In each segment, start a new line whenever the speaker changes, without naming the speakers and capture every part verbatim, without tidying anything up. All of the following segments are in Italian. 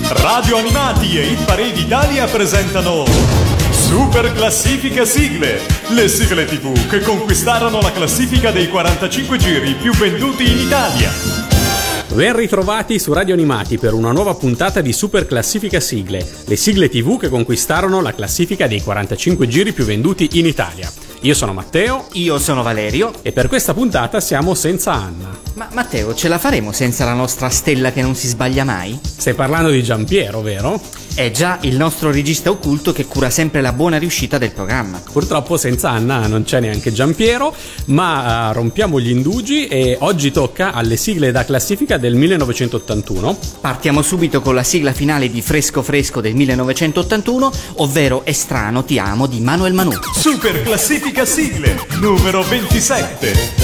Radio Animati e Hit Parade Italia presentano Super Classifica Sigle, le sigle tivù che conquistarono la classifica dei quarantacinque giri più venduti in Italia.
Ben ritrovati su Radio Animati per una nuova puntata di Super Classifica Sigle, le sigle tivù che conquistarono la classifica dei quarantacinque giri più venduti in Italia. Io sono Matteo.
Io sono Valerio.
E per questa puntata siamo senza Anna.
Ma Matteo, ce la faremo senza la nostra stella che non si sbaglia mai?
Stai parlando di Giampiero, vero?
È già il nostro regista occulto che cura sempre la buona riuscita del programma.
Purtroppo senza Anna non c'è neanche Giampiero, ma uh, rompiamo gli indugi e oggi tocca alle sigle da classifica del millenovecentottantuno.
Partiamo subito con la sigla finale di Fresco Fresco del millenovecentottantuno, ovvero È strano ti amo di Manuel Manù.
Super Classifica Sigle numero ventisette.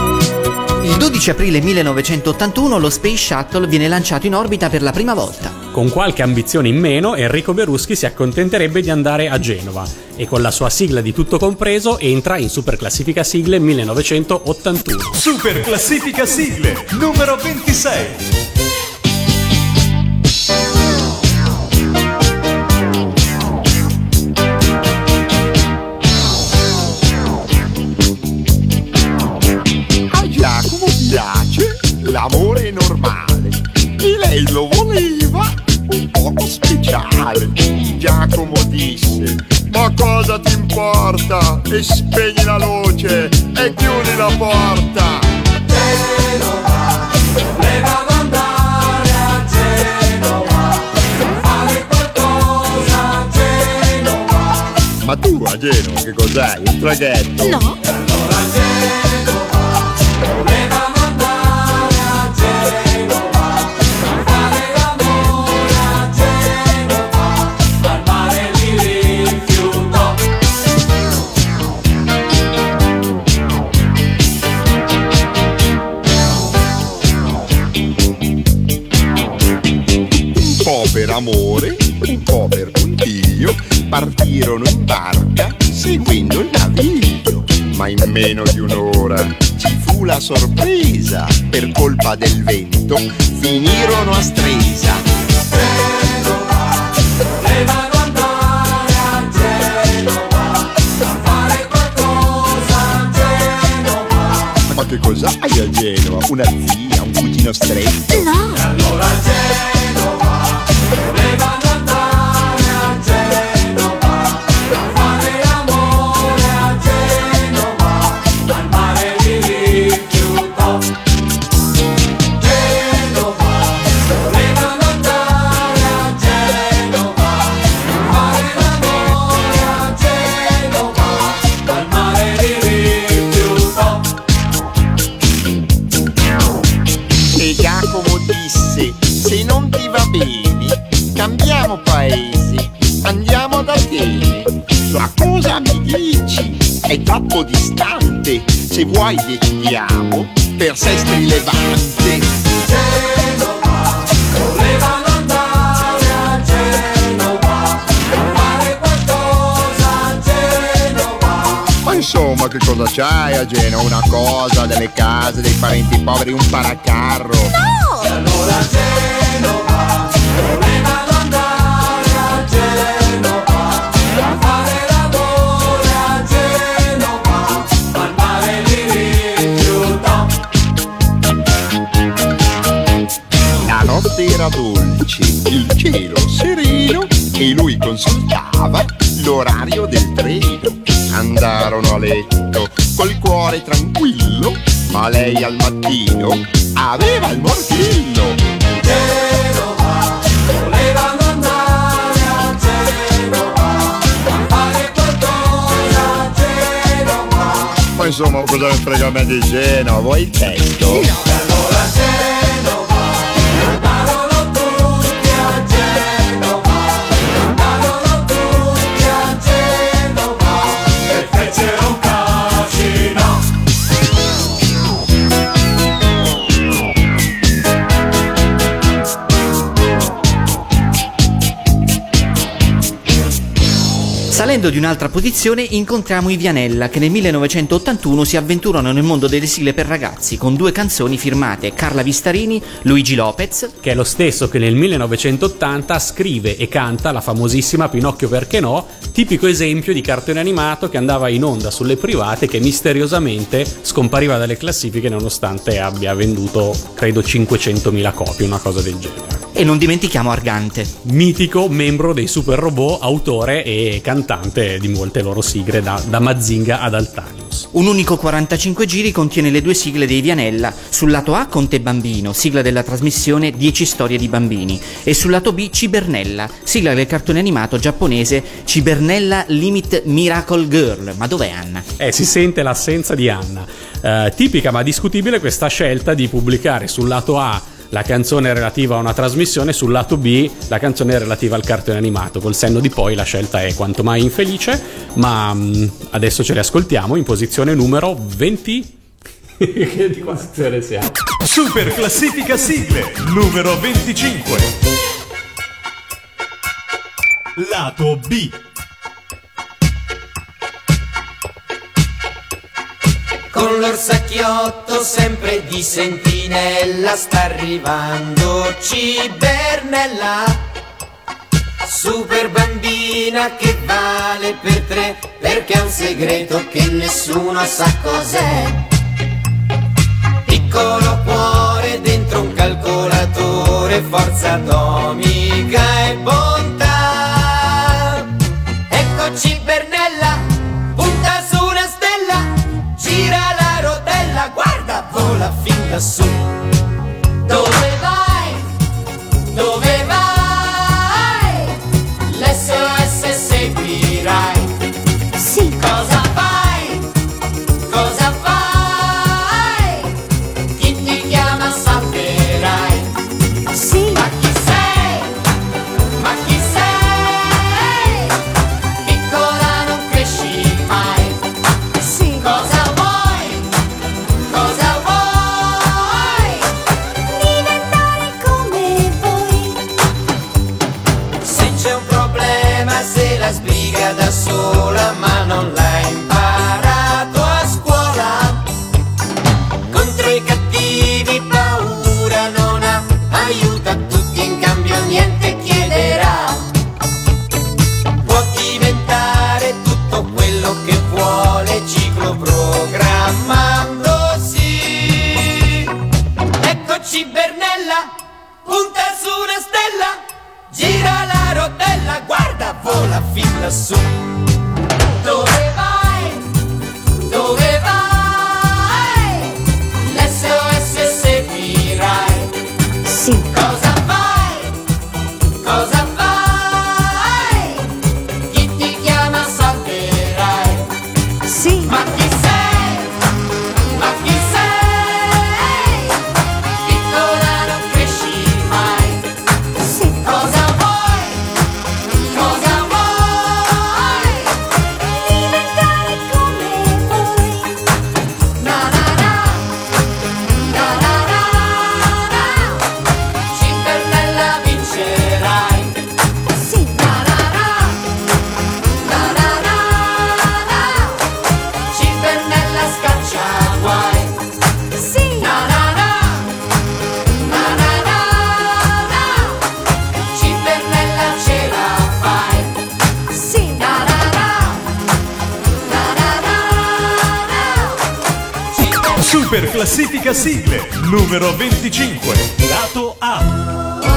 aprile millenovecentottantuno lo Space Shuttle viene lanciato in orbita per la prima volta.
con qualche ambizione in meno Enrico Beruschi si accontenterebbe di andare a Genova e con la sua sigla di tutto compreso entra in Super Classifica Sigle millenovecentottantuno.
Super Classifica Sigle numero ventisei.
A Giacomo piace l'amore normale e lei lo voleva un poco speciale. Giacomo disse: ma cosa ti importa? E spegni la luce e chiudi la porta.
Genova, volevamo andare a Genova, fare qualcosa a Genova.
Ma tu a Genova che cos'hai? Un traghetto?
No.
Allora Genova, volevamo andare a Genova, fare l'amore a Genova, al mare li rifiutò.
Un po' per amore, un po' per puntiglio, partirono in barca seguendo il naviglio. Ma in meno di un'ora ci fu la sorpresa, per colpa del vento finirono a Stresa.
Genova, volevano andare a Genova, a fare qualcosa a Genova.
Ma che cos'hai a Genova? Una zia, un cugino stretto?
No.
Allora Genova, volevano andare a Genova, a fare l'amore a Genova, al mare li rifiutò. Genova, volevano andare a Genova, a fare l'amore a Genova, al mare li rifiutò.
E Giacomo disse: se non ti va bene, cambiamo paese, andiamo ad Atene. Ma cosa mi dici? È troppo distante. Se vuoi decidiamo per Sestri Levante.
Genova, volevano andare a Genova, a fare qualcosa a Genova.
Ma insomma, che cosa c'hai a Genova? Una cosa, delle case, dei parenti poveri, un paracarro.
E allora Genova, volevano andare a Genova, a fare l'amore a Genova, al mare li rifiutò.
La notte era dolce, il cielo sereno e lui consultava l'orario del treno. Andarono a letto col cuore tranquillo, ma lei al mattino aveva il morbillo.
Genova, volevano andare a Genova, a fare qualcosa a Genova.
Ma insomma, cosa mi frega a me di Genova? Vuoi il testo?
E allora Genova, andarono tutti a Genova, andarono tutti a Genova e fecero un casino.
Salendo di un'altra posizione incontriamo i Vianella, che nel millenovecentottantuno si avventurano nel mondo delle sigle per ragazzi con due canzoni firmate Carla Vistarini, Luigi Lopez,
che è lo stesso che nel millenovecentottanta scrive e canta la famosissima Pinocchio perché no, tipico esempio di cartone animato che andava in onda sulle private, che misteriosamente scompariva dalle classifiche nonostante abbia venduto credo cinquecentomila copie, una cosa del genere.
e non dimentichiamo Argante.
Mitico membro dei Super Robot, autore e cantante di molte loro sigle, da, da Mazinga ad Altanius.
Un unico quarantacinque giri contiene le due sigle dei Vianella. Sul lato A Conte Bambino, sigla della trasmissione dieci storie di bambini, e sul lato B Cibernella, sigla del cartone animato giapponese Cibernella Limit Miracle Girl. Ma dov'è Anna?
Eh, si sente l'assenza di Anna. Eh, tipica ma discutibile questa scelta di pubblicare sul lato A la canzone relativa a una trasmissione, sul lato B la canzone relativa al cartone animato. Col senno di poi la scelta è quanto mai infelice, ma mh, adesso ce le ascoltiamo in posizione numero venti. Che di posizione siamo?
Super classifica sigle numero venticinque. lato B.
Con l'orsacchiotto sempre di sentinella sta arrivando Cibernella, super bambina che vale per tre, perché è un segreto che nessuno sa cos'è. Piccolo cuore dentro un calcolatore, forza atomica e bontà. Ecco Cibernella, punta su una stella, gira la rotella, guarda, vola fin lassù. Dove vai? Dove vai? L'S O S seguirai.
Sì.
Cosa fai? Cosa fai? Chi ti chiama salverai.
Sì.
Ma chi sei? Ma chi sei? Piccola non cresci mai.
Sì.
Cosa vuoi? Cosa vuoi?
Diventare come voi.
Se c'è un problema se la sbriga da sola, ma non l'ha imparato a scuola. Contro i cattivi paura non ha, aiuta tutti in cambio niente chiederà. Può diventare tutto quello che vuole, ciclo programmandosi. Ecco Cibernella, punta su una stella, gira la rotella, guarda, vola fin lassù. Dove vai? Dove vai? L'S O S seguirai.
Sì.
Cosa fai? Cosa fai? Chi ti chiama salverai.
Sì.
Ma chi sei? Ma chi sei? Piccola non cresci mai.
Sì.
Cosa vuoi? Cosa vuoi?
Diventare come voi.
Na na na, na na na na. Cibernella vincerai.
Sì.
Na na na, na na na na. Cibernella scaccia guai.
Sì.
Na na na, na na na na. Cibernella ce la fai.
Sì.
Na na na, na na na na. Cibernella.
Super classifica sigle numero venticinque, lato A.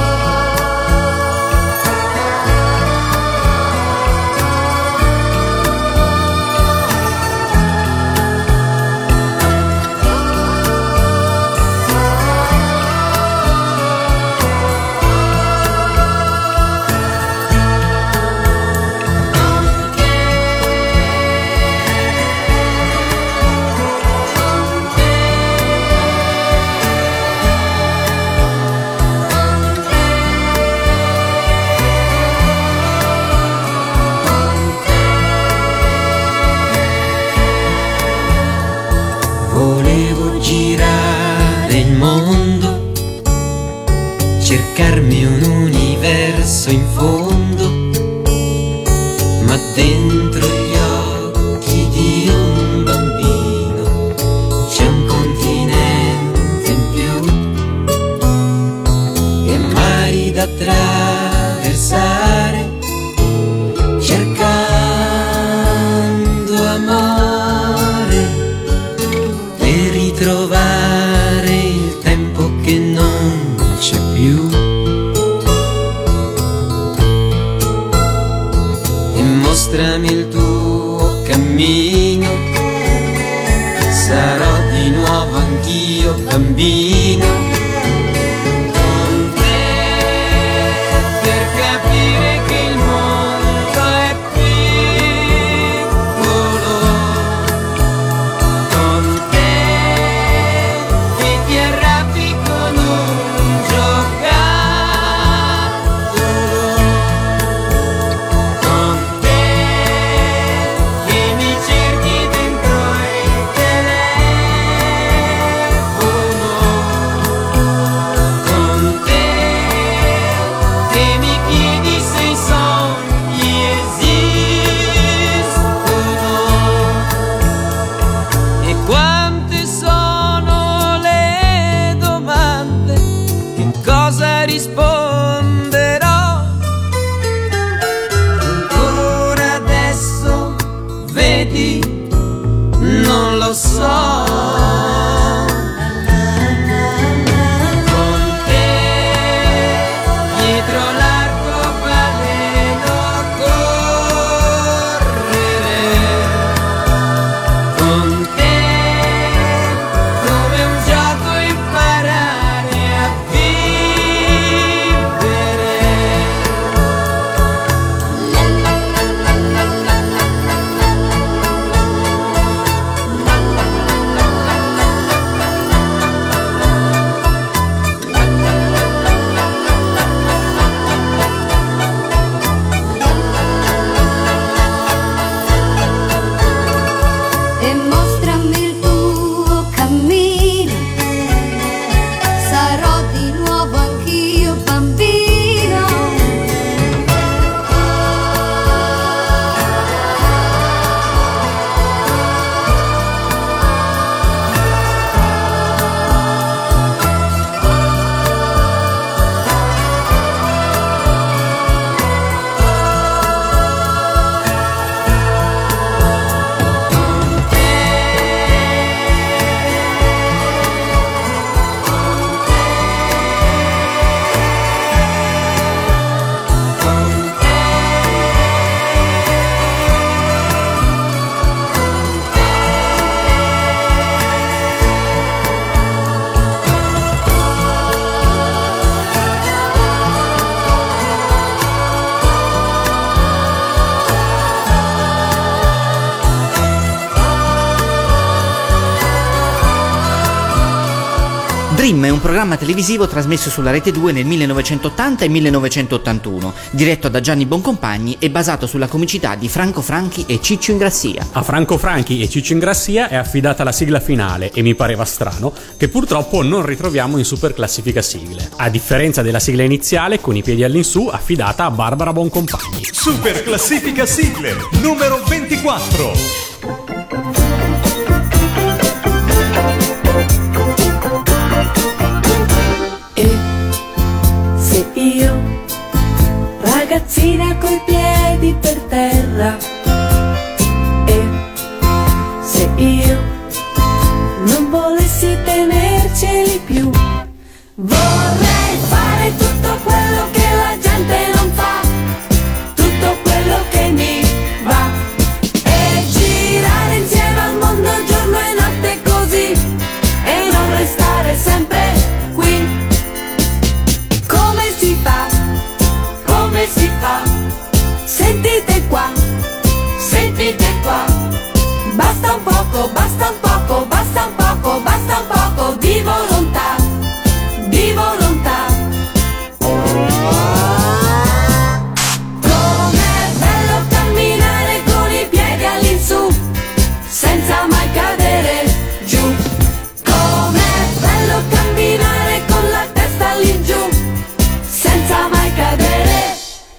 Volevo girare il mondo, cercarmi un universo in fondo, ma dentro gli occhi di un bambino c'è un continente in più e mari da attraversare, cercando amore per ritrovare il tempo che non c'è più. E mostrami il tuo cammino, sarò di nuovo anch'io bambino. Con te per capire che il mondo è piccolo. Con te che ti arrabbi con un giocattolo. Con te che mi cerchi dentro il telefono. piedi, non lo so.
Dream è un programma televisivo trasmesso sulla Rete due nel millenovecentottanta e millenovecentottantuno, diretto da Gianni Boncompagni e basato sulla comicità di Franco Franchi e Ciccio Ingrassia.
A Franco Franchi e Ciccio Ingrassia è affidata la sigla finale e mi pareva strano che purtroppo non ritroviamo in Super Classifica Sigle, a differenza della sigla iniziale con i piedi all'insù affidata a Barbara Boncompagni.
Super Classifica Sigle numero ventiquattro.
Io, ragazzina coi piedi per terra, e se io non volessi tenerceli più, vorrei fare tutto quello che la gente non fa, tutto quello che mi va, e girare insieme al mondo giorno e notte così, e non restare sempre qui. Come si fa? Come si fa? Sentite qua, sentite qua. Basta un poco, basta un poco, basta un poco, basta un poco di volontà, di volontà. Com'è bello camminare con i piedi all'insù, senza mai cadere giù. Com'è bello camminare con la testa all'ingiù, senza mai cadere.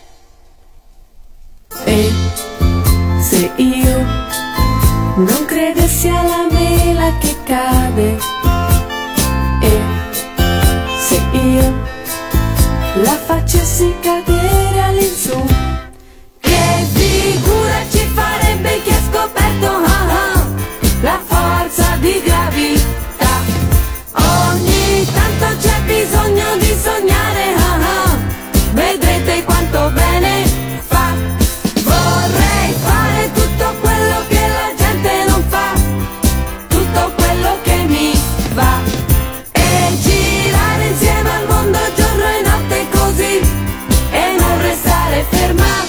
E se io non credessi alla mela che cade, e se io la facessi cadere all'insù, che figura ci farebbe chi ha scoperto ah ah, la forza di gravità. Ogni tanto c'è bisogno di sognare ah ah, vedrete quanto bene fa. Vorrei fare tutto quello che la gente non fa, tutto quello che mi va, e girare insieme al mondo giorno e notte così, e non restare ferma.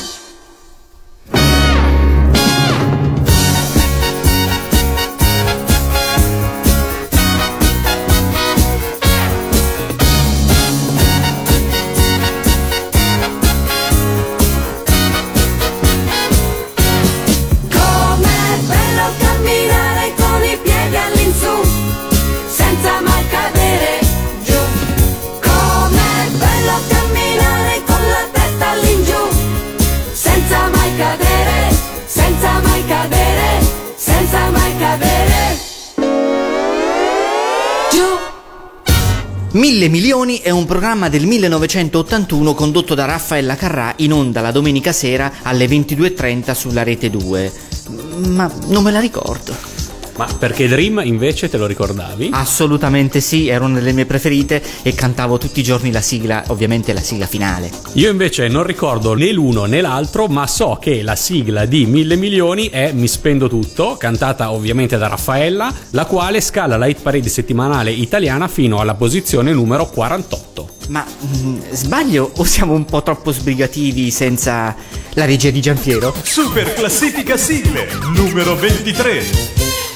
Mille milioni è un programma del millenovecentottantuno condotto da Raffaella Carrà, in onda la domenica sera alle ventidue e trenta sulla Rete due. Ma non me la ricordo.
Ma perché Dream invece te lo ricordavi?
Assolutamente sì, era una delle mie preferite e cantavo tutti i giorni la sigla, ovviamente la sigla finale.
Io invece non ricordo né l'uno né l'altro, ma so che la sigla di Mille Milioni è Mi spendo tutto, cantata ovviamente da Raffaella, la quale scala la hit parade settimanale italiana fino alla posizione numero quarantotto.
Ma mh, sbaglio o siamo un po' troppo sbrigativi senza la regia di Giampiero?
Super classifica sigle numero ventitré.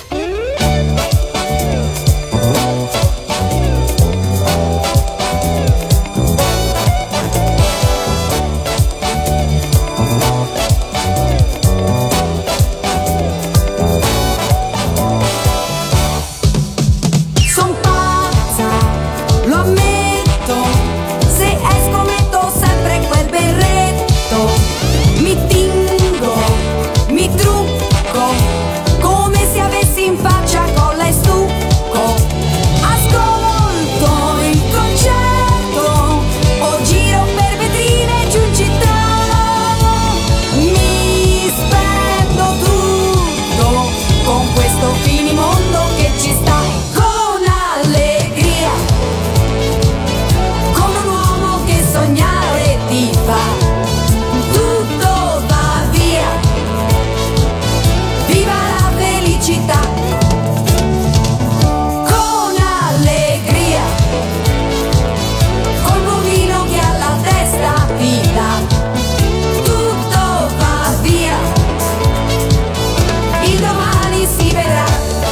Son pazza, lo ammetto, se esco metto sempre quel berretto, mi tingo, mi trucco, come se avessi in faccia colla e stucco, ascolto il concerto, o giro per vetrine giù in città, mi spendo tutto, con questo finimondo che ci sta, con allegria, come un uomo che sognare ti fa. Tutto va via, viva la felicità, con allegria, col bovino che alla testa ti dà. Tutto va via, il domani si vedrà.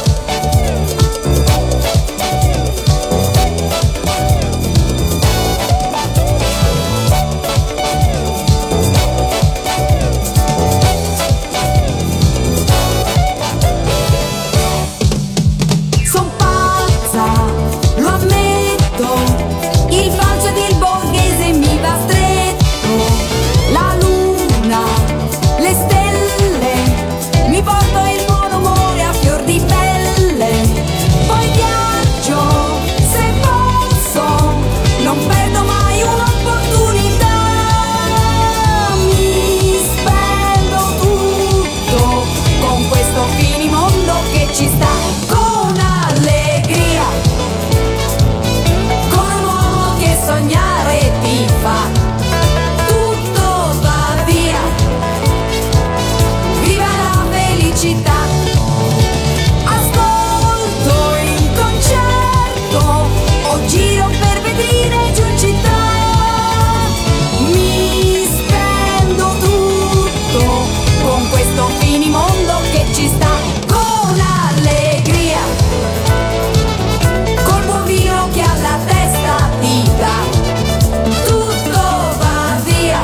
Son pazza, lo ammetto, il falso ed il borghese mi va stretto, la luna, le stelle, mi porto il buon umore a fior di pelle, poi viaggio, se posso, non perdo mai un'opportunità, mi spendo tutto, con questo finimondo che ci sta, con allegria, con un uomo che sognare ti fa. Tutto va via, viva la felicità, ascolto in concerto, o giro per vetrine giù in città, mi spendo tutto, con questo finimondo che ci sta, con allegria, col buon vino che alla testa ti dà. Tutto va via,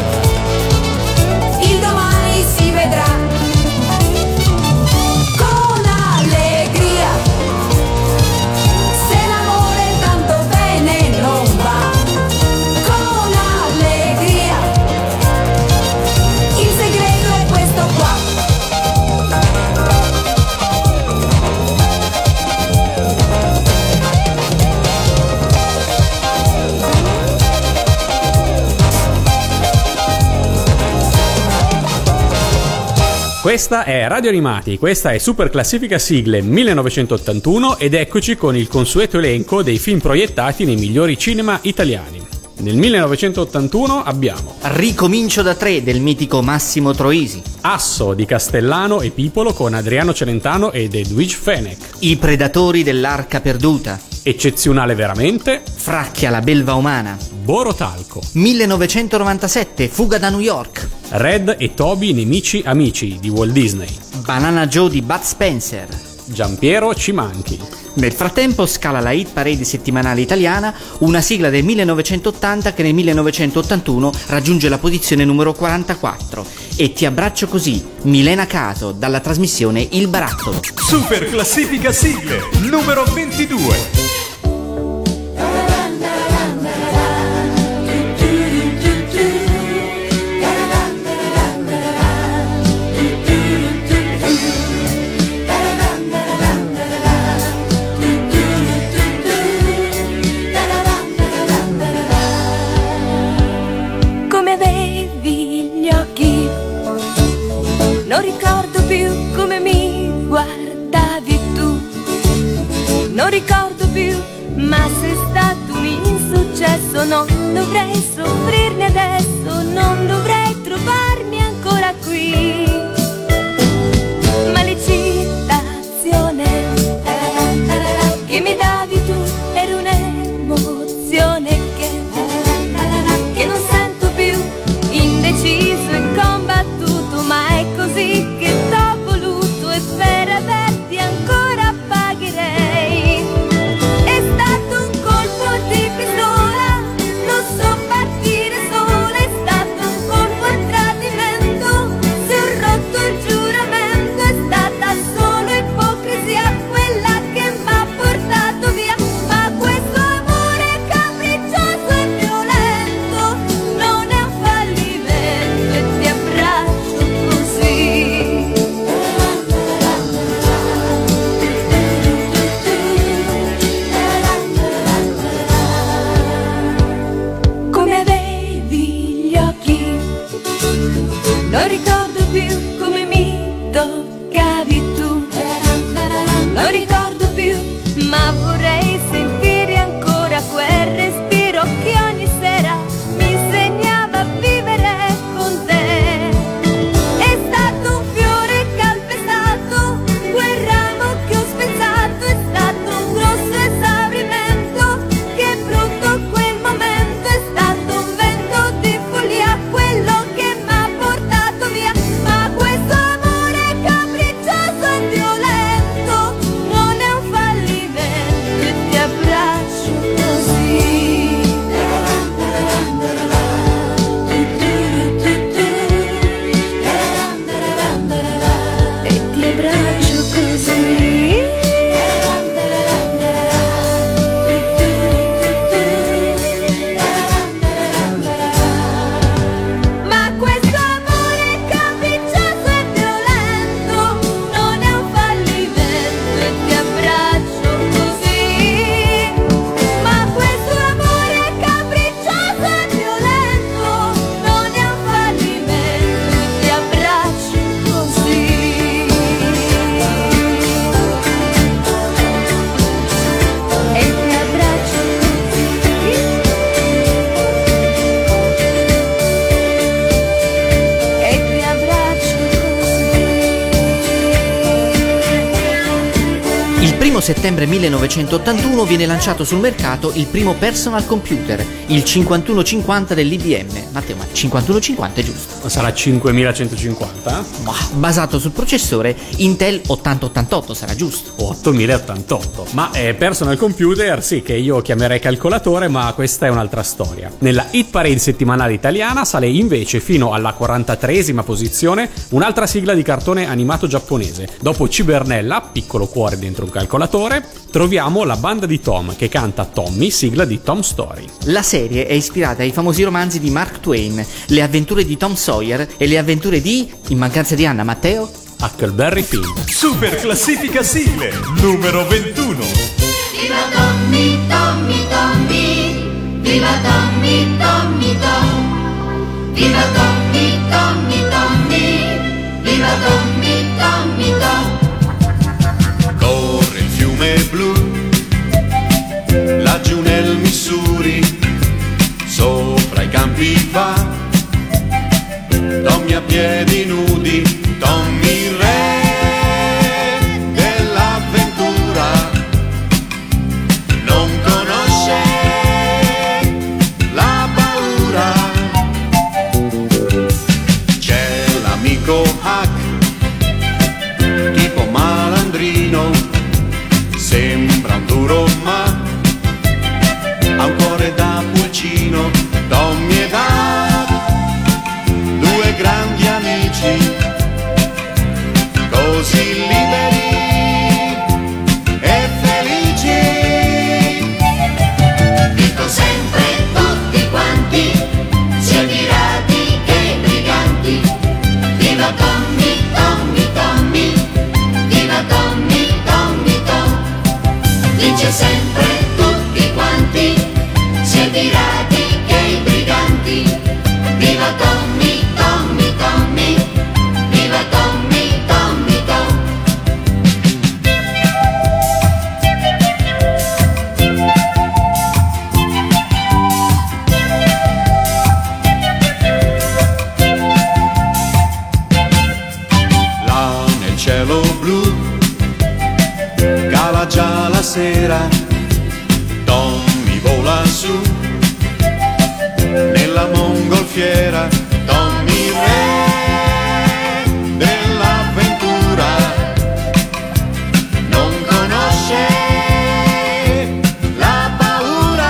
il domani si vedrà, con allegria, se l'amore tanto bene non va, con allegria, il segreto è questo qua.
Questa è Radio Animati, questa è Super Classifica Sigle millenovecentottantuno ed eccoci con il consueto elenco dei film proiettati nei migliori cinema italiani. Nel millenovecentottantuno abbiamo
Ricomincio da tre del mitico Massimo Troisi,
Asso di Castellano e Pipolo con Adriano Celentano ed Edwige Fenech,
I Predatori dell'Arca Perduta,
Eccezionale Veramente,
Fracchia la belva umana,
Borotalco,
millenovecentonovantasette Fuga da New York,
Red e Toby Nemici Amici di Walt Disney,
Banana Joe di Bud Spencer.
Giampiero Ci manchi.
Nel frattempo scala la hit parade settimanale italiana una sigla del millenovecentottanta che nel millenovecentottantuno raggiunge la posizione numero quarantaquattro. E Ti abbraccio così, Milena Caso, dalla trasmissione Il Barattolo.
Super classifica sigle numero ventidue.
Come avevi gli occhi
Non ricordo più come mi guardavi tu, non ricordo più, ma sei stato un insuccesso. Non dovrei soffrirne adesso, non dovrei trovarmi ancora qui. Ma l'eccitazione che mi davi tu era un'emozione che, che non sento più, indeciso e combattuto, ma è così che t'ho voluto e per averti ancora pagherei. È stato un colpo di pistola, non so partire sola, è stato un colpo a tradimento, se ho rotto il giuramento, è stata solo ipocrisia quella che m'ha portato via. Ma questo amore capriccioso e violento non è un fallimento e ti abbraccio così. Come avevi gli occhi, non ricordo più come mi toccavi tu, non ricordo più, ma vorrei sentire ancora quel respiro che ogni sera mi insegnava a vivere con te. È stato un fiore calpestato, quel ramo che ho spezzato, è stato un grosso esaurimento, che brutto quel momento, è stato un vento di follia quello che m'ha portato via. Ma questo amore capriccioso e violento non è un fallimento e ti abbraccio così. E ti abbraccio così. Ma questo amore capriccioso e violento non è un fallimento e ti abbraccio così. Ma questo amore capriccioso e violento non è un fallimento e ti abbraccio così. E ti abbraccio così. E ti abbraccio così.
Il primo settembre millenovecentottantuno viene lanciato sul mercato il primo personal computer, il cinquantuno cinquanta dell'I B M. Matteo, ma cinquantuno cinquanta è giusto?
Sarà cinquemilacentocinquanta?
Bah, basato sul processore Intel ottanta ottantotto, sarà giusto?
O ottomilaottantotto. Ma è personal computer, sì, che io chiamerei calcolatore, ma questa è un'altra storia. Nella hit parade settimanale italiana sale invece fino alla quarantatreesima posizione un'altra sigla di cartone animato giapponese. Dopo Cibernella, piccolo cuore dentro un calcolatore, troviamo la banda di Tom che canta Tommy, sigla di Tom Story.
La serie è ispirata ai famosi romanzi di Mark Twain, Le avventure di Tom Sawyer e le avventure di, in mancanza di Anna, Matteo?
Huckleberry Finn.
Super classifica sigle numero ventuno.
Viva Tommy, Tommy, Tommy, viva Tommy, Tommy, Tom, viva Tommy, Tommy, Tommy, viva Tommy, Tommy, Tom.
Corre il fiume blu, laggiù nel Missouri, sopra i campi va, Tommy a piedi nudi, Tommy re dell'avventura, non conosce la paura. C'è l'amico Huck, tipo malandrino, sembra un duro ma ha un cuore da pulcino. Tommy ed Huck, due grandi amici, così liberi e felici.
Dico sempre tutti quanti, sia pirati che briganti, viva Tommy, Tommy, Tommy, viva Tommy, Tommy, Tom. Dice sempre tutti quanti, sia pirati che briganti, viva Tommy, Tommy, Tommy, viva Tommy.
cielo blu, cala già la sera, Tommy vola su, nella mongolfiera, Tommy re dell'avventura, non conosce la paura,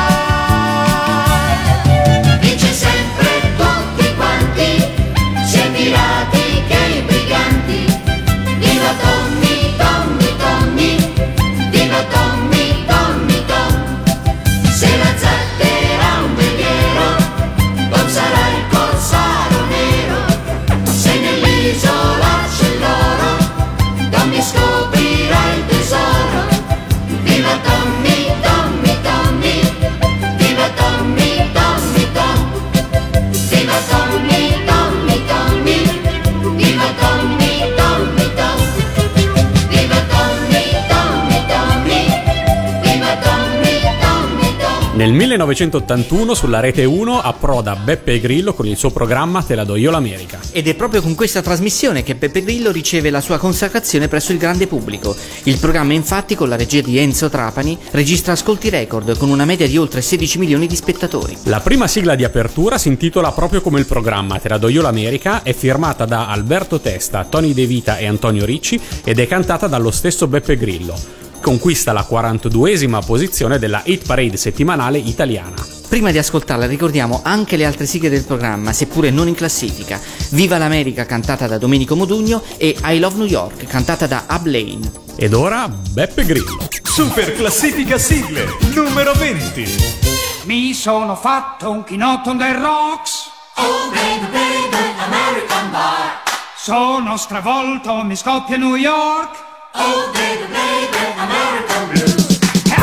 Vince sempre tutti quanti, sia i pirati che i briganti. Viva Tommy, Tommy, Tommy, viva Tommy, Tommy, Tom. Se la zattera un veliero, Tom sarà il corsaro nero. Se nell'isola c'è l'oro, Tommy scoprirà il tesoro. Viva Tommy, Tommy, Tommy, viva Tommy, Tommy, Tom. Viva Tommy, Tommy, Tommy, viva Tommy, Tommy, Tom. Viva Tommy, Tommy, Tommy, viva Tommy, Tommy, Tom.
Nel millenovecentottantuno sulla Rete uno approda Beppe Grillo con il suo programma Te la do io l'America.
Ed è proprio con questa trasmissione che Beppe Grillo riceve la sua consacrazione presso il grande pubblico. Il programma, infatti, con la regia di Enzo Trapani, registra ascolti record con una media di oltre sedici milioni di spettatori.
La prima sigla di apertura si intitola proprio come il programma Te la do io l'America, è firmata da Alberto Testa, Tony De Vita e Antonio Ricci ed è cantata dallo stesso Beppe Grillo. Conquista la quarantaduesima posizione della hit parade settimanale italiana.
Prima di ascoltarla ricordiamo anche le altre sigle del programma, seppure non in classifica. Viva l'America, cantata da Domenico Modugno, e I Love New York, cantata da Ab Lane.
Ed ora Beppe Grillo.
Super classifica sigle numero venti.
Mi sono fatto un chinotto del Rocks.
Oh baby, baby, American bar.
Sono stravolto, mi scoppia New York.
Oh baby, baby, American blues.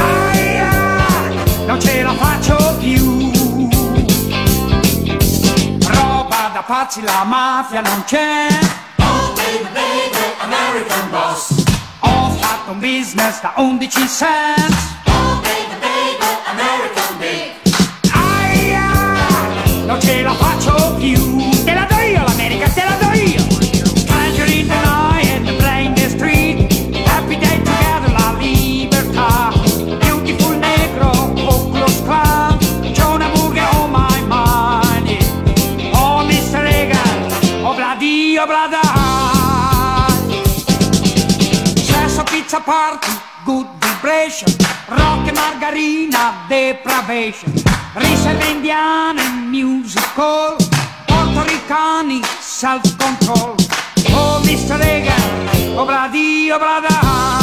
Aia, non ce la faccio più. Roba da pazzi, la mafia non c'è.
Oh baby, baby, American boss.
Ho fatto un business da undici cent.
Oh baby, baby, American big.
Aia, non ce la faccio più. Te la do io l'America, te la do io. Tangerine tonight and the playing the street. Happy day together, la libertà. Beautiful negro, Ku Klux Klan. Jonah Burger, oh my money. Oh mister Reagan, oh bladi, oh blada. Sesso, pizza party, good vibration. Rock e margarina, depravation. Riserve indiane, musical. Portoricani, self-control. Oh mister Reagan, oh bladi, oh blada.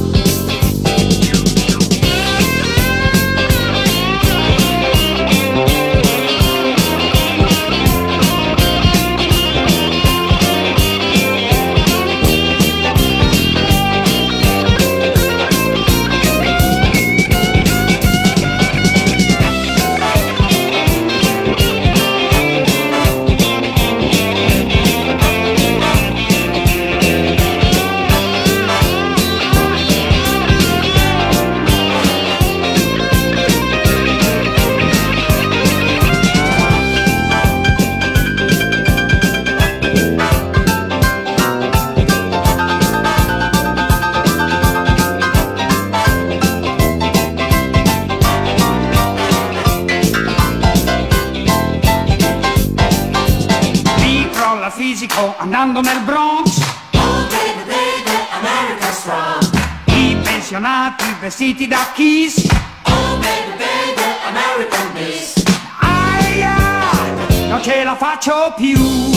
Fisico andando nel Bronx.
Oh baby, baby, American strong.
I pensionati vestiti da Kiss.
Oh baby, baby, American bliss.
Aia, non ce la faccio più.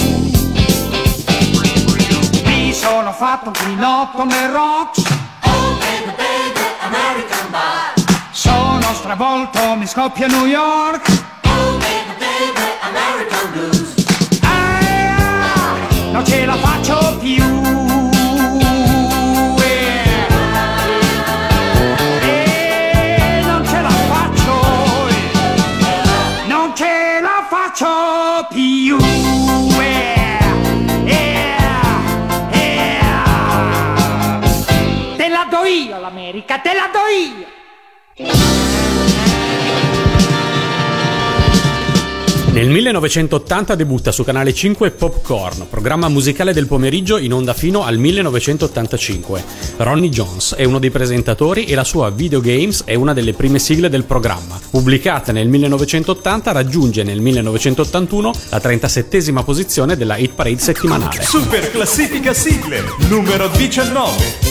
Mi sono fatto un chinotto nel Rocks.
Oh baby, baby, American bar.
Sono stravolto, mi scoppia New York.
Oh baby, baby, American blues.
Non ce la faccio più. Eh, eh, non ce la faccio. Eh, non ce la faccio più. Eh, eh, eh. Te la do io l'America, te la do io.
Nel millenovecentottanta debutta su Canale cinque Popcorn, programma musicale del pomeriggio in onda fino al millenovecentottantacinque. Ronnie Jones è uno dei presentatori e la sua Video Games è una delle prime sigle del programma. Pubblicata nel millenovecentottanta, raggiunge nel millenovecentottantuno la trentasettesima posizione della hit parade settimanale.
Super classifica sigle numero diciannove.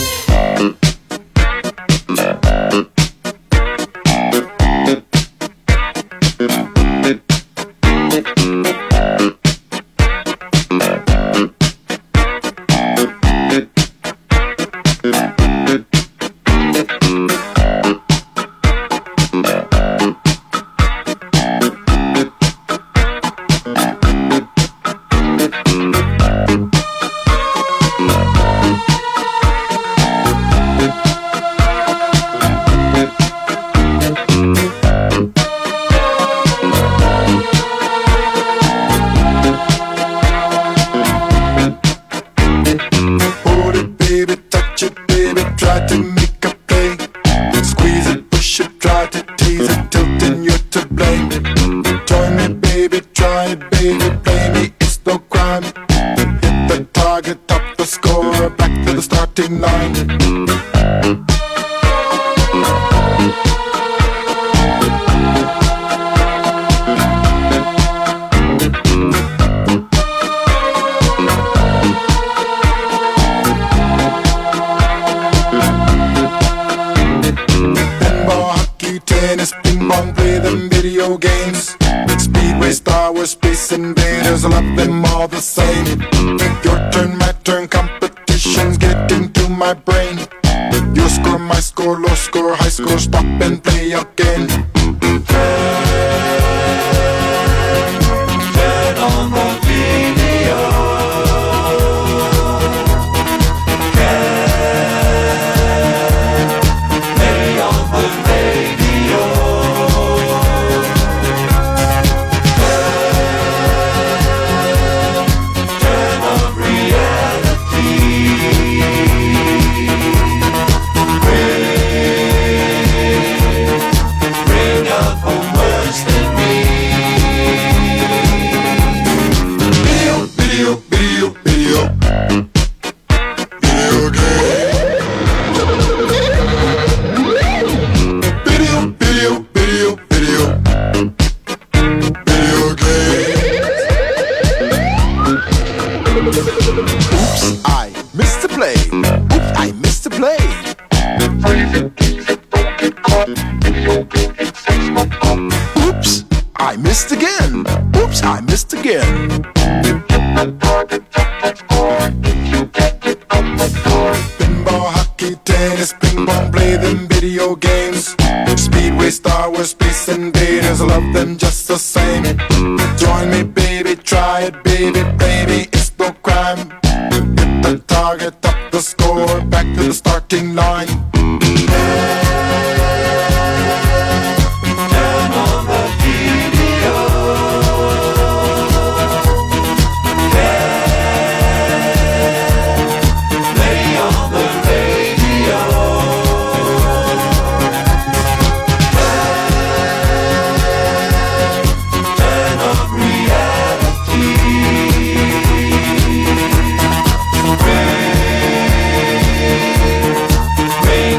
Rain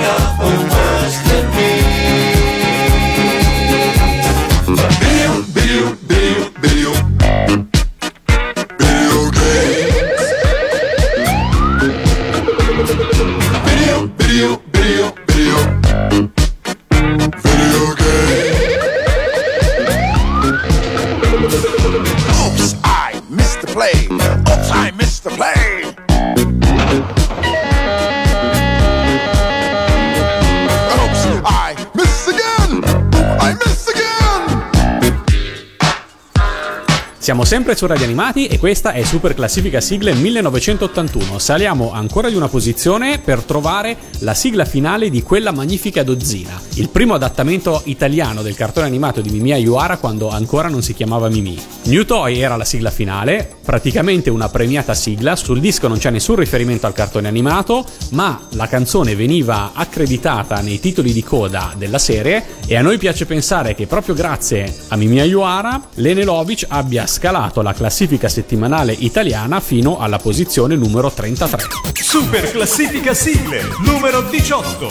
Siamo sempre su Radio Animati e questa è Super Classifica Sigle millenovecentottantuno. Saliamo ancora di una posizione per trovare la sigla finale di Quella magnifica dozzina, il primo adattamento italiano del cartone animato di Mimi Ayuara quando ancora non si chiamava Mimi. New Toy era la sigla finale, praticamente una premiata sigla. Sul disco non c'è nessun riferimento al cartone animato, ma la canzone veniva accreditata nei titoli di coda della serie e a noi piace pensare che proprio grazie a Mimi Ayuara Lene Lovic abbia scalato la classifica settimanale italiana fino alla posizione numero trentatré.
Super Classifica Sigle numero diciotto.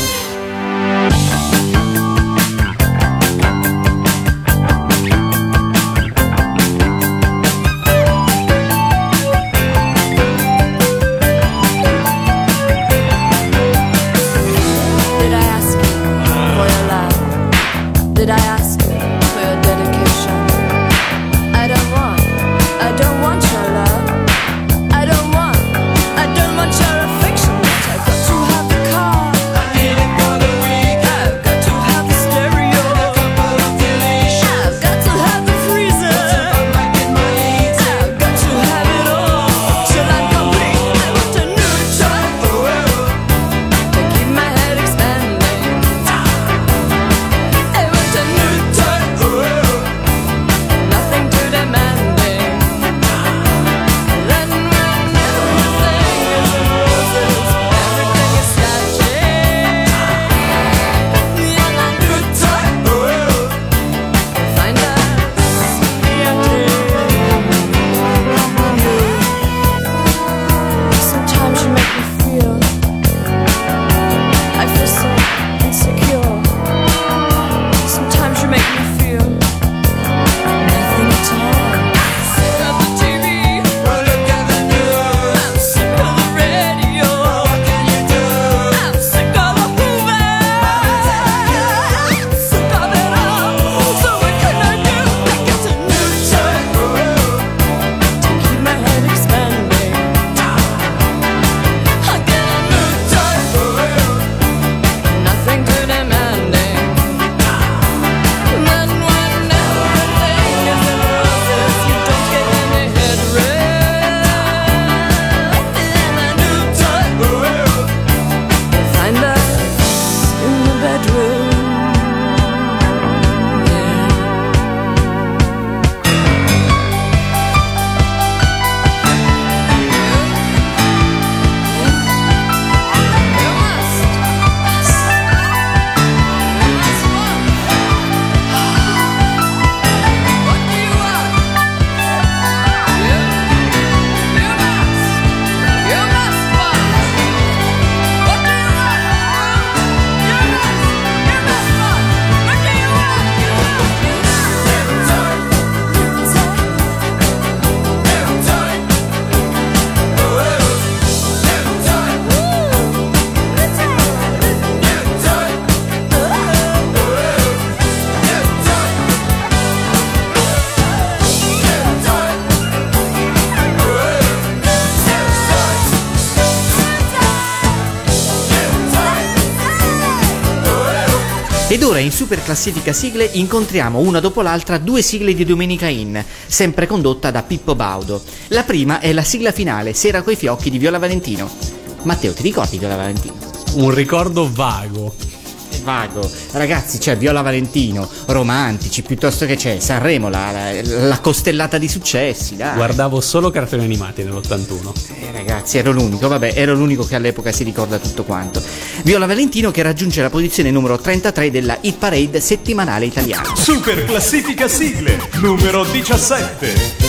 Ed ora in Super Classifica Sigle incontriamo una dopo l'altra due sigle di Domenica In, sempre condotta da Pippo Baudo. La prima è la sigla finale, Sera coi fiocchi di Viola Valentino. Matteo, ti ricordi Viola Valentino?
Un ricordo vago.
Vago. Ragazzi, c'è Viola Valentino, romantici, piuttosto che c'è Sanremo, la, la, la costellata di successi, dai.
Guardavo solo cartoni animati nell'ottantuno.
Eh, ragazzi, ero l'unico, vabbè, ero l'unico che all'epoca si ricorda tutto quanto. Viola Valentino che raggiunge la posizione numero trentatré della Hit Parade settimanale italiana.
Super Classifica Sigle numero diciassette.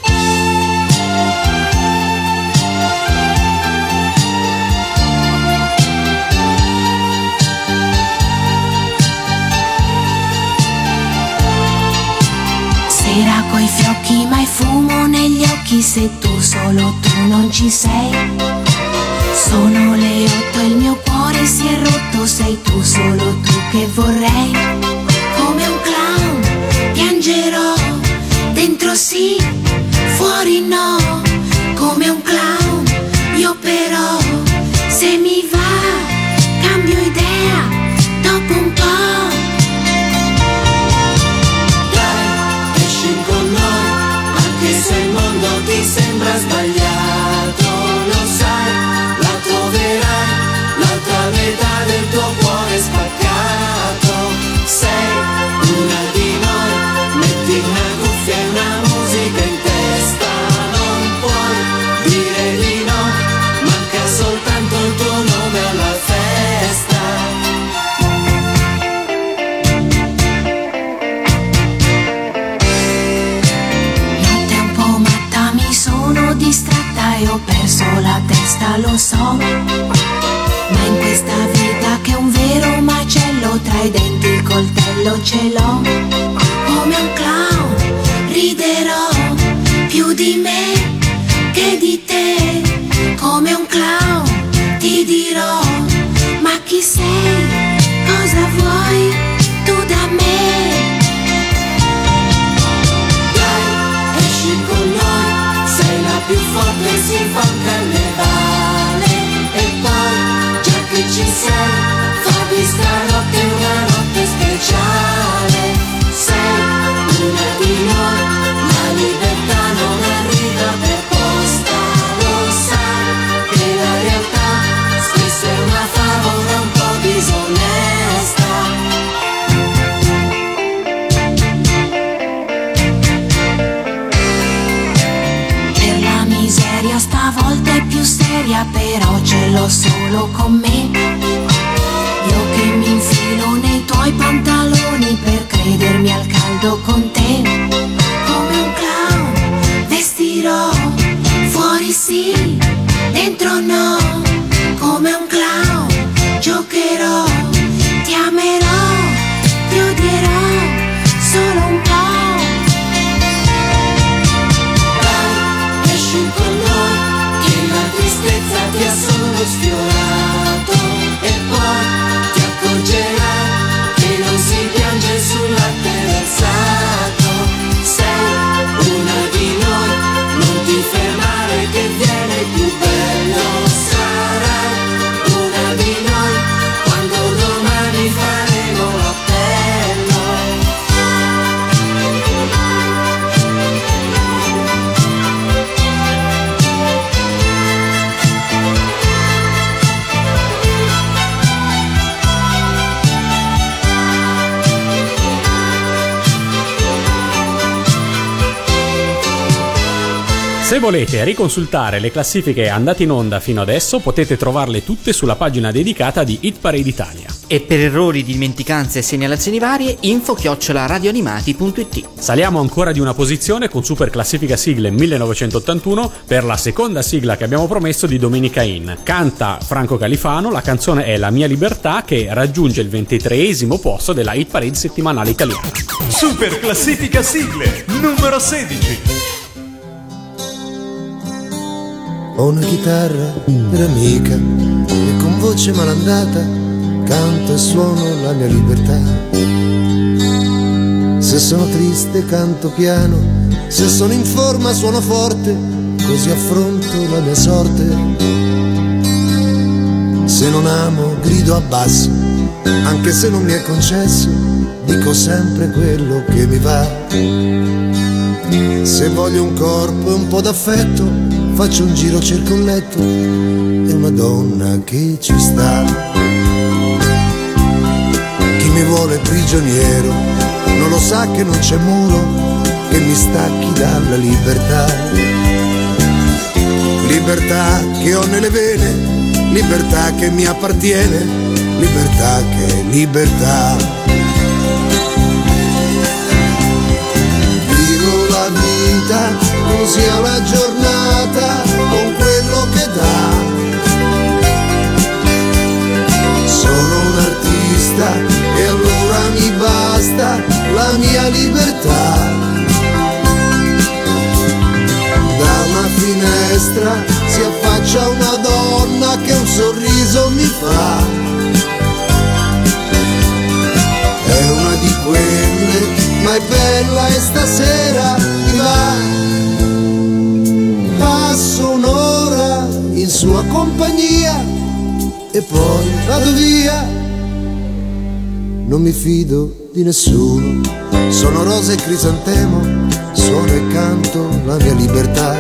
Sera coi fiocchi ma il fumo negli occhi se tu solo tu non ci sei. Sono le otto e il mio cuore si è rotto, sei tu solo tu che vorrei. Come un clown piangerò, dentro sì, fuori no. Come un clown io però, se mi va cambio idea dopo un po'.
Dai, esci con noi,
so. Ma in questa vita che è un vero macello, tra i denti il coltello ce l'ho. Come un clown riderò più di me che di te. Come un clown ti dirò, ma chi sei? Cosa vuoi tu da me? Dai, esci con noi, sei la più forte, si fa un carnevale. E poi, già che ci sei, fammi stanotte una notte speciale. Sei una di noi, la libertà non arriva per posta. Lo sai che la realtà spesso è una favola un po' disonesta. Per la miseria stavolta è più seria, però ce l'ho solo con me. Io che mi infilo nei tuoi pantaloni per credermi al caldo con te. Come un clown vestirò, fuori sì, dentro no. Come un clown giocherò, ti amerò, ti odierò solo un po'. Vai, esci con noi, che la tristezza ti ha solo sfiorato. E poi ti accorgerai che non si piange sul latte versato. Sei una di noi, non ti fermare che viene più bello. Sarai una di noi, quando domani faremo l'appello.
Se volete riconsultare le classifiche andate in onda fino adesso, potete trovarle tutte sulla pagina dedicata di Hit Parade Italia.
E per errori, dimenticanze e segnalazioni varie, info chiocciola radioanimati punto it.
Saliamo ancora di una posizione con Super Classifica Sigle millenovecentottantuno per la seconda sigla che abbiamo promesso di Domenica In. Canta Franco Califano, la canzone è La mia libertà, che raggiunge il ventitreesimo posto della Hit Parade settimanale italiana.
Super Classifica Sigle numero sedici.
Ho una chitarra per amica e con voce malandata canto e suono la mia libertà. Se sono triste canto piano, se sono in forma suono forte, così affronto la mia sorte. Se non amo grido a basso, anche se non mi è concesso, dico sempre quello che mi va. Se voglio un corpo e un po' d'affetto, faccio un giro, cerco un letto e una donna che ci sta. Chi mi vuole prigioniero non lo sa che non c'è muro che mi stacchi dalla libertà. Libertà che ho nelle vene, libertà che mi appartiene, libertà che è libertà. Vivo la vita così alla giornata con quello che dà. Sono un artista e allora mi basta la mia libertà. Da una finestra si affaccia una donna che un sorriso mi fa. È una di quelle, ma è bella e stasera mi va. Passo un'ora in sua compagnia e poi vado via. Non mi fido di nessuno, sono rosa e crisantemo, suono e canto la mia libertà.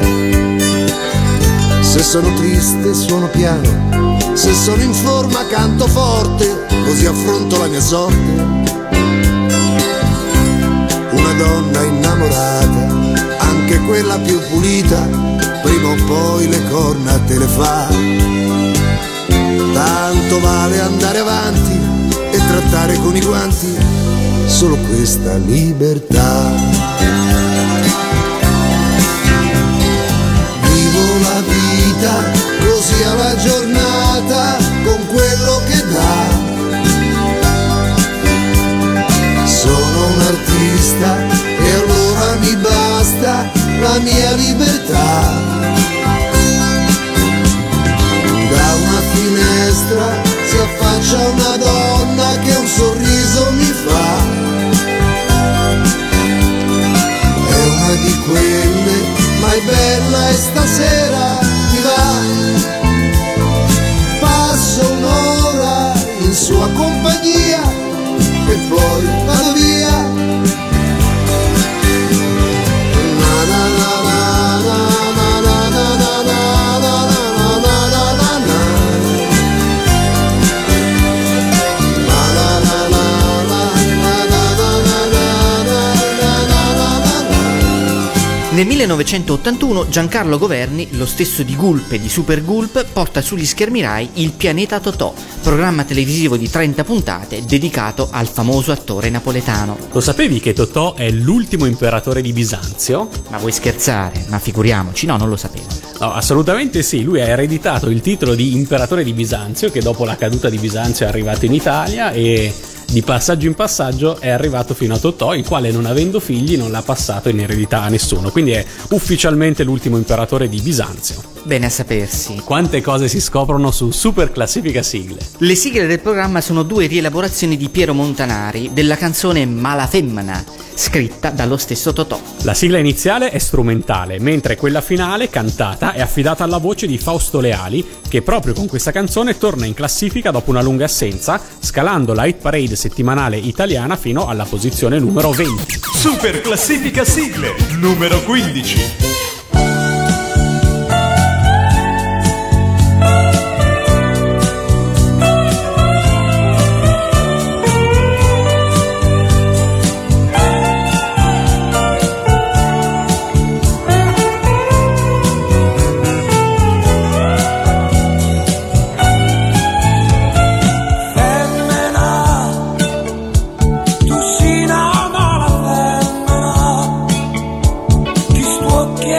Se sono triste suono piano, se sono in forma canto forte, così affronto la mia sorte. Una donna innamorata, anche quella più pulita, prima o poi le corna te le fa. Tanto vale andare avanti e trattare con i guanti solo questa libertà. Vivo la vita così alla giornata c'è una donna che un sorriso mi fa. È una di quelle, ma è bella e stasera ti va. Passo un'ora in sua compagnia e poi vado via.
Nel millenovecentottantuno Giancarlo Governi, lo stesso di Gulp e di Super Gulp, porta sugli schermi Rai Il pianeta Totò, programma televisivo di trenta puntate dedicato al famoso attore napoletano.
Lo sapevi che Totò è l'ultimo imperatore di Bisanzio?
Ma vuoi scherzare? Ma figuriamoci, no, non lo sapevo.
No, assolutamente sì, lui ha ereditato il titolo di imperatore di Bisanzio, che dopo la caduta di Bisanzio è arrivato in Italia e di passaggio in passaggio è arrivato fino a Totò, il quale, non avendo figli, non l'ha passato in eredità a nessuno, quindi è ufficialmente l'ultimo imperatore di Bisanzio.
Bene a sapersi.
Quante cose si scoprono su Super Classifica Sigle.
Le sigle del programma sono due rielaborazioni di Piero Montanari della canzone Malafemmina, scritta dallo stesso Totò.
La sigla iniziale è strumentale, mentre quella finale, cantata, è affidata alla voce di Fausto Leali, che proprio con questa canzone torna in classifica dopo una lunga assenza, scalando la hit parade settimanale italiana fino alla posizione numero venti.
Super Classifica Sigle, numero quindici.
Che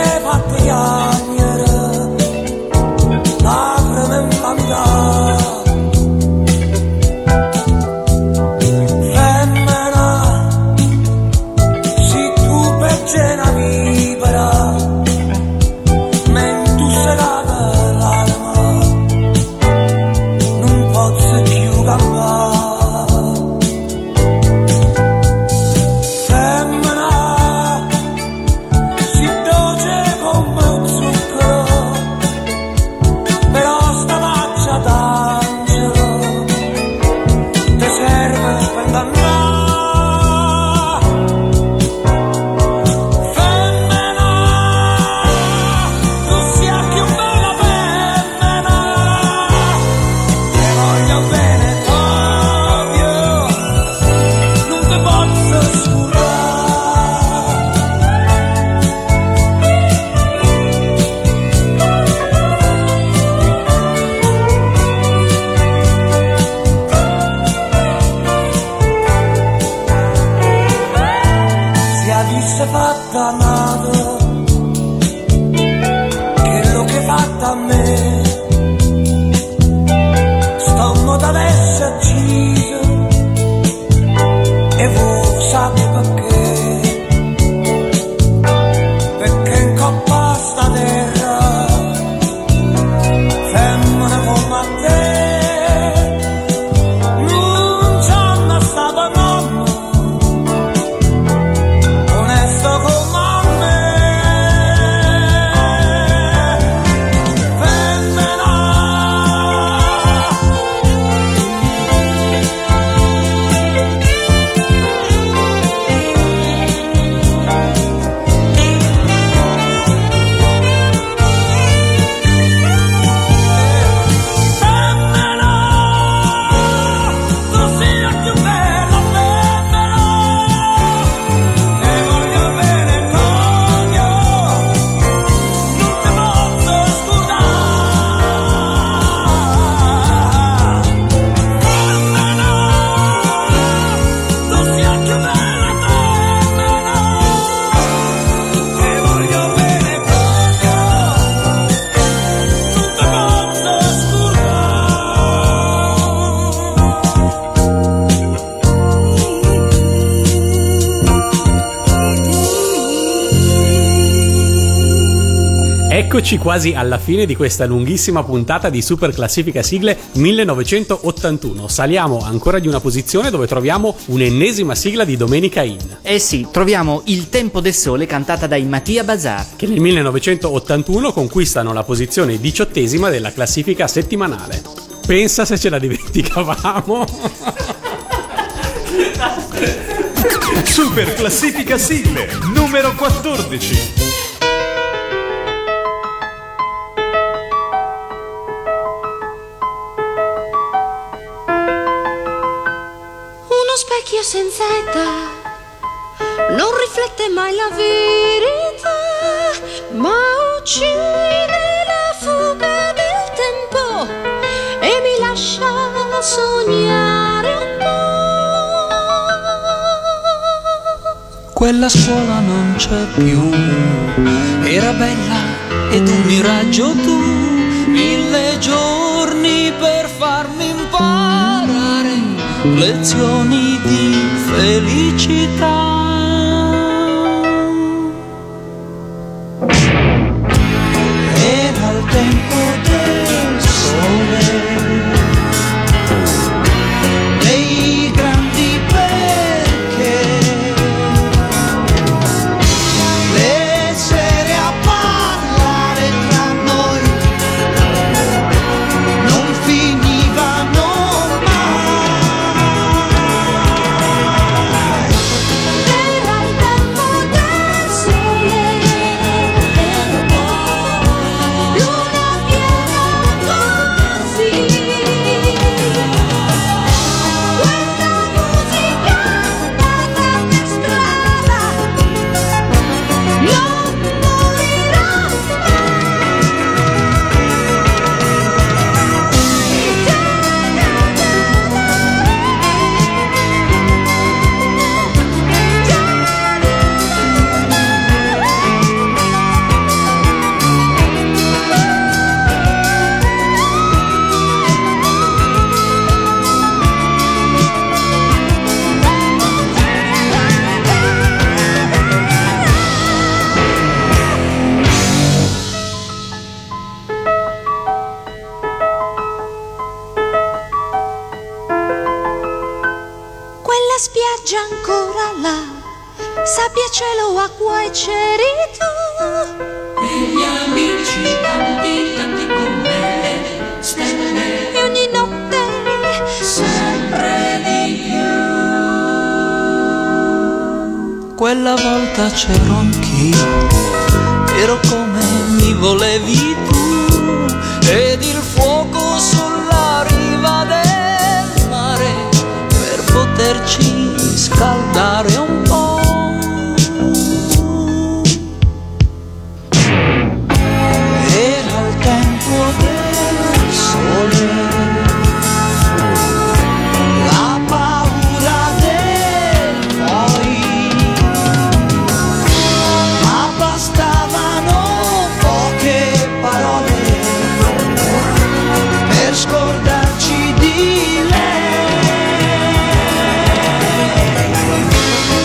Eccoci quasi alla fine di questa lunghissima puntata di Super Classifica Sigle millenovecentottantuno. Saliamo ancora di una posizione dove troviamo un'ennesima sigla di Domenica In.
Eh sì, troviamo Il Tempo del Sole cantata dai Mattia Bazar,
che nel millenovecentottantuno conquistano la posizione diciottesima della classifica settimanale. Pensa se ce la dimenticavamo.
Super Classifica Sigle numero quattordici.
Specchio senza età non riflette mai la verità, ma uccide la fuga del tempo e mi lascia sognare un po'.
Quella scuola non c'è più, era bella ed un miraggio tu, mille giorni per farmi imparare lezioni di felicità. Era il tempo del sole, dei grandi perché, le sere a parlare tra noi non finivano.
Spiaggia ancora là, sabbia, cielo, acqua e c'eri tu.
E gli amici tanti, tanti come le stelle.
E ogni notte
sempre di più.
Quella volta c'ero anch'io, ero come mi volevi tu, ed il fuoco sulla riva del mare per poterci scaldare un po'. Era il tempo del sole, la paura del poi, ma bastavano poche parole per scordarci di lei.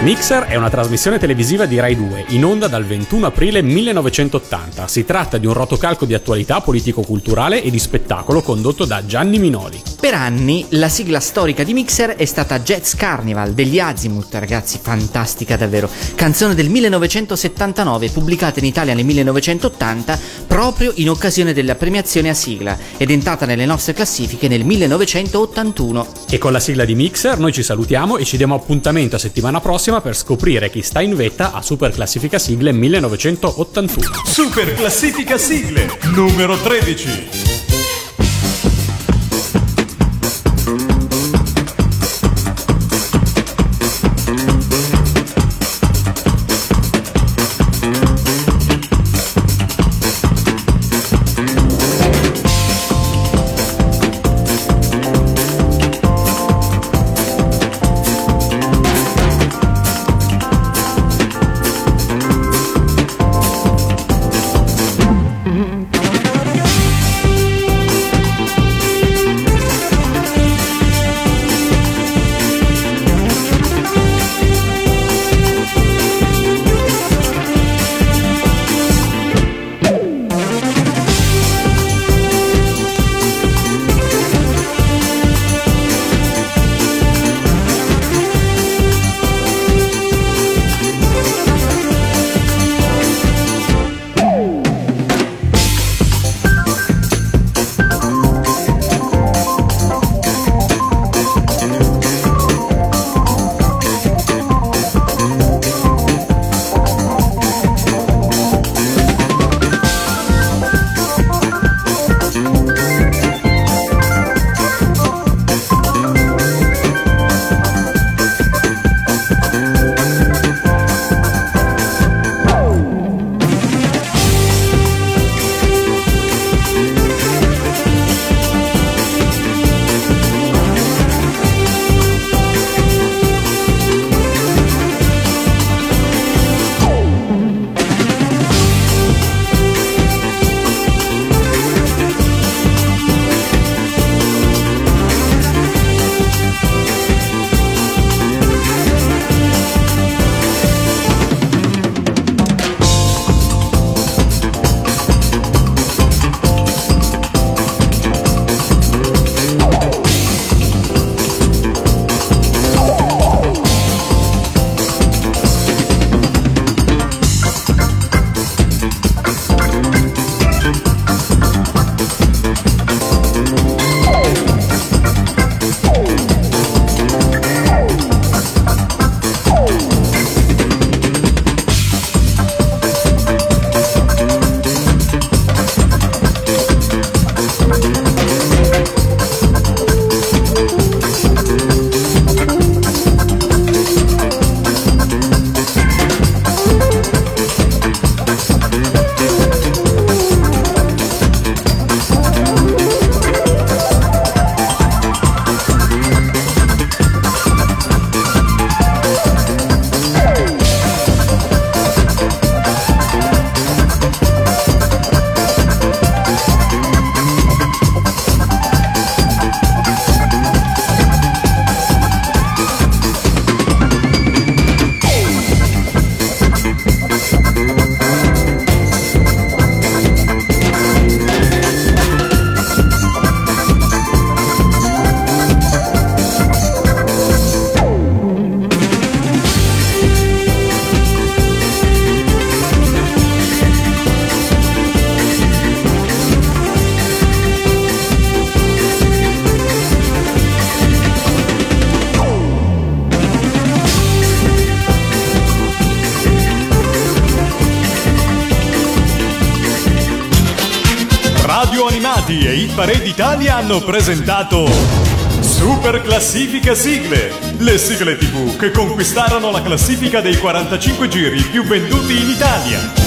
Mixer è una trasmissione televisiva di Rai due, in onda dal ventuno aprile millenovecentottanta. Si tratta di un rotocalco di attualità politico-culturale e di spettacolo condotto da Gianni Minoli.
Per anni la sigla storica di Mixer è stata Jazz Carnival degli Azimuth, ragazzi, fantastica davvero. Canzone del millenovecentosettantanove, pubblicata in Italia nel millenovecentottanta proprio in occasione della premiazione a sigla, ed è entrata nelle nostre classifiche nel millenovecentottantuno.
E con la sigla di Mixer noi ci salutiamo e ci diamo appuntamento a settimana prossima per scoprire chi sta in vetta a Super Classifica Sigle millenovecentottantuno.
Super Classifica Sigle numero tredici. Animati e Hit Parade Italia hanno presentato Super Classifica Sigle, le sigle tivù che conquistarono la classifica dei quarantacinque giri più venduti in Italia.